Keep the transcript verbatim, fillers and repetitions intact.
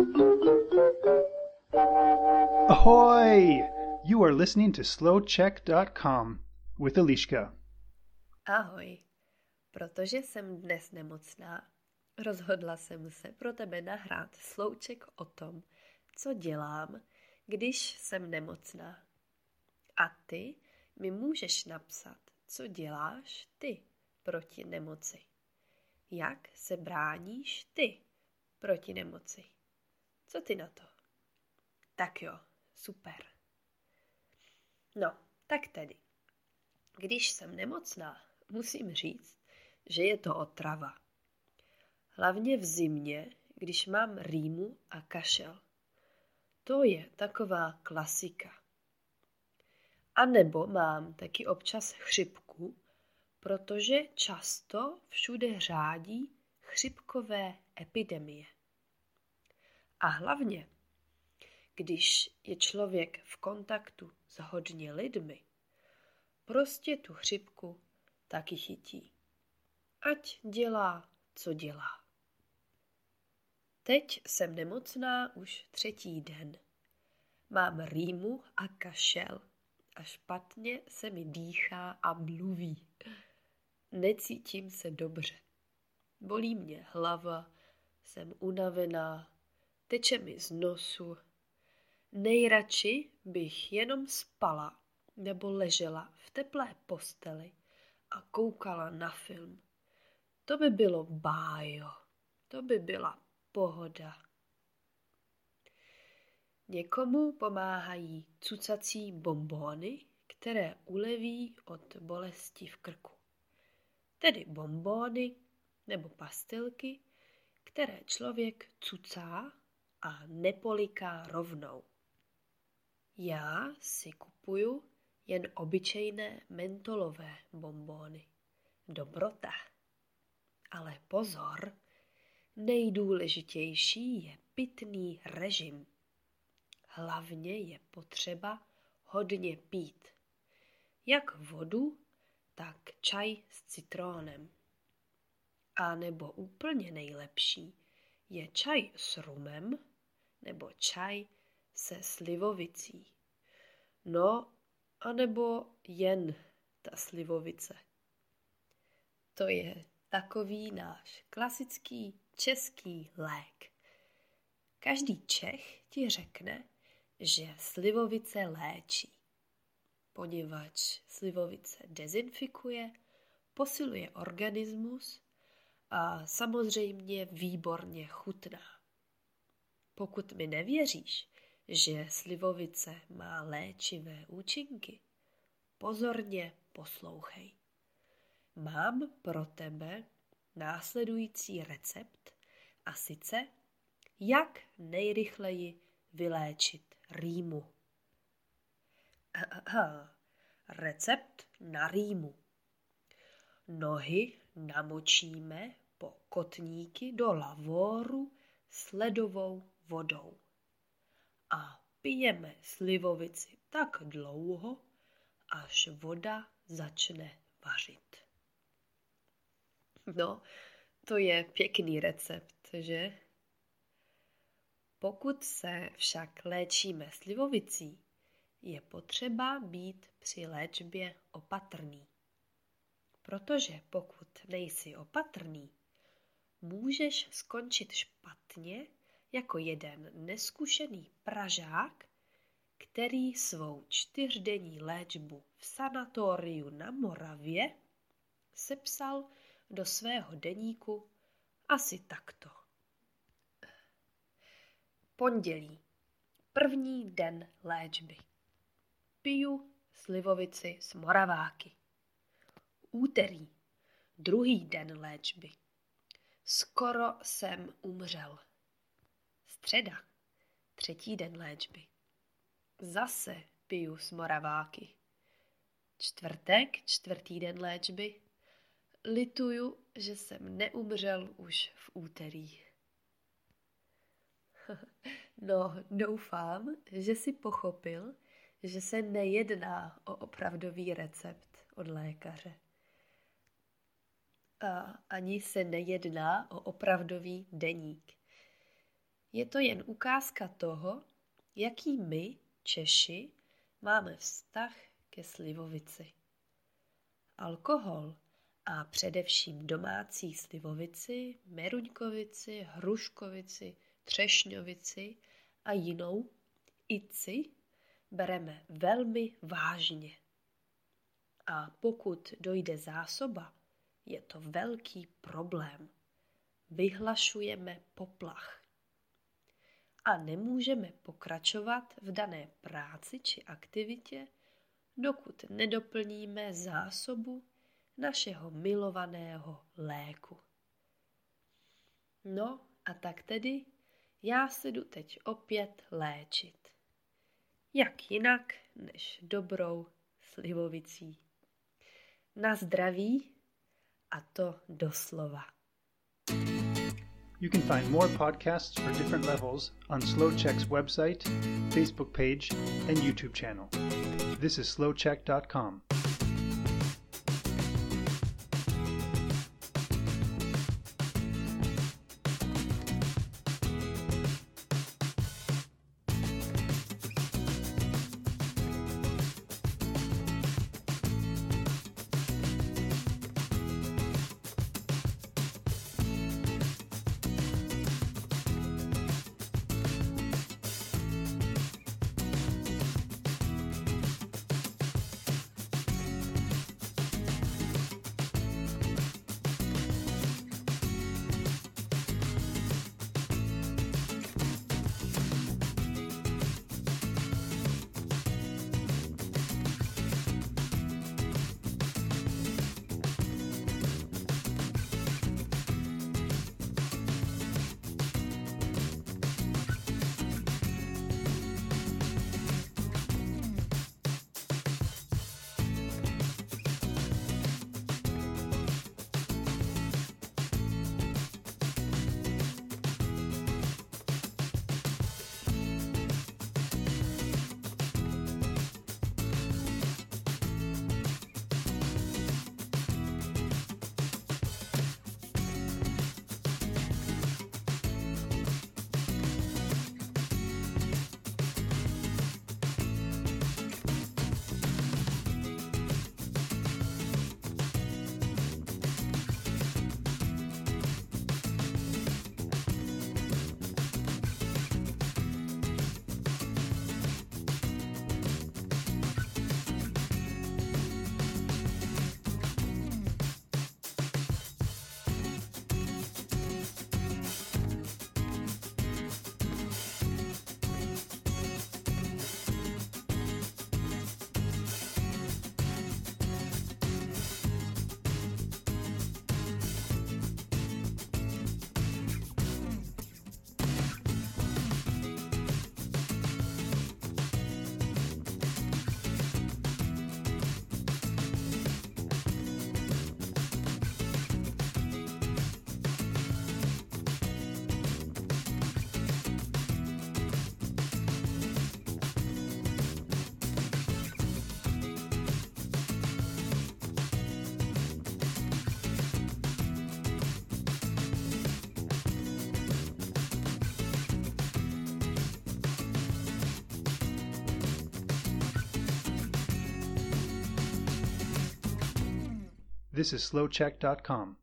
Ahoy! You are listening to slow check dot com with Eliška. Ahoj, protože jsem dnes nemocná, rozhodla jsem se pro tebe nahrát slouček o tom, co dělám, když jsem nemocná. A ty mi můžeš napsat, co děláš ty proti nemoci. Jak se bráníš ty proti nemoci? Co ty na to? Tak jo, super. No, tak tedy. Když jsem nemocná, musím říct, že je to otrava. Hlavně v zimě, když mám rýmu a kašel. To je taková klasika. A nebo mám taky občas chřipku, protože často všude řádí chřipkové epidemie. A hlavně, když je člověk v kontaktu s hodně lidmi, prostě tu chřipku taky chytí. Ať dělá, co dělá. Teď jsem nemocná už třetí den. Mám rýmu a kašel a špatně se mi dýchá a mluví. Necítím se dobře. Bolí mě hlava, jsem unavená, teče mi z nosu. Nejradši bych jenom spala nebo ležela v teplé posteli a koukala na film. To by bylo bájo, to by byla pohoda. Někomu pomáhají cucací bonbóny, které uleví od bolesti v krku. Tedy bonbóny nebo pastilky, které člověk cucá a nepoliká rovnou. Já si kupuju jen obyčejné mentolové bonbóny. Dobrota. Ale pozor, nejdůležitější je pitný režim. Hlavně je potřeba hodně pít. Jak vodu, tak čaj s citrónem. A nebo úplně nejlepší je čaj s rumem nebo čaj se slivovicí. No, anebo jen ta slivovice. To je takový náš klasický český lék. Každý Čech ti řekne, že slivovice léčí, poněvadž slivovice dezinfikuje, posiluje organismus a samozřejmě výborně chutná. Pokud mi nevěříš, že slivovice má léčivé účinky, pozorně poslouchej. Mám pro tebe následující recept a sice, jak nejrychleji vyléčit rýmu. Aha, recept na rýmu. Nohy namočíme po kotníky do lavoru s ledovou vodou. A pijeme slivovici tak dlouho, až voda začne vařit. No, to je pěkný recept, že? Pokud se však léčíme slivovicí, je potřeba být při léčbě opatrný. Protože pokud nejsi opatrný, můžeš skončit špatně jako jeden neskušený Pražák, který svou čtyřdenní léčbu v sanatoriu na Moravě sepsal do svého deníku asi takto. Pondělí, první den léčby. Piju slivovici s moraváky. Úterý, druhý den léčby. Skoro jsem umřel. Středa, třetí den léčby. Zase piju s moraváky. Čtvrtek, čtvrtý den léčby. Lituju, že jsem neumřel už v úterý. No, doufám, že jsi pochopil, že se nejedná o opravdový recept od lékaře. A ani se nejedná o opravdový deník. Je to jen ukázka toho, jaký my, Češi, máme vztah ke slivovici. Alkohol a především domácí slivovici, meruňkovici, hruškovici, třešňovici a jinou ici bereme velmi vážně. A pokud dojde zásoba, je to velký problém. Vyhlašujeme poplach. A nemůžeme pokračovat v dané práci či aktivitě, dokud nedoplníme zásobu našeho milovaného léku. No a tak tedy já se jdu teď opět léčit. Jak jinak než dobrou slivovicí. Na zdraví, a to doslova. You can find more podcasts for different levels on SlowCheck's website, Facebook page, and YouTube channel. This is slow check dot com. This is slow check dot com.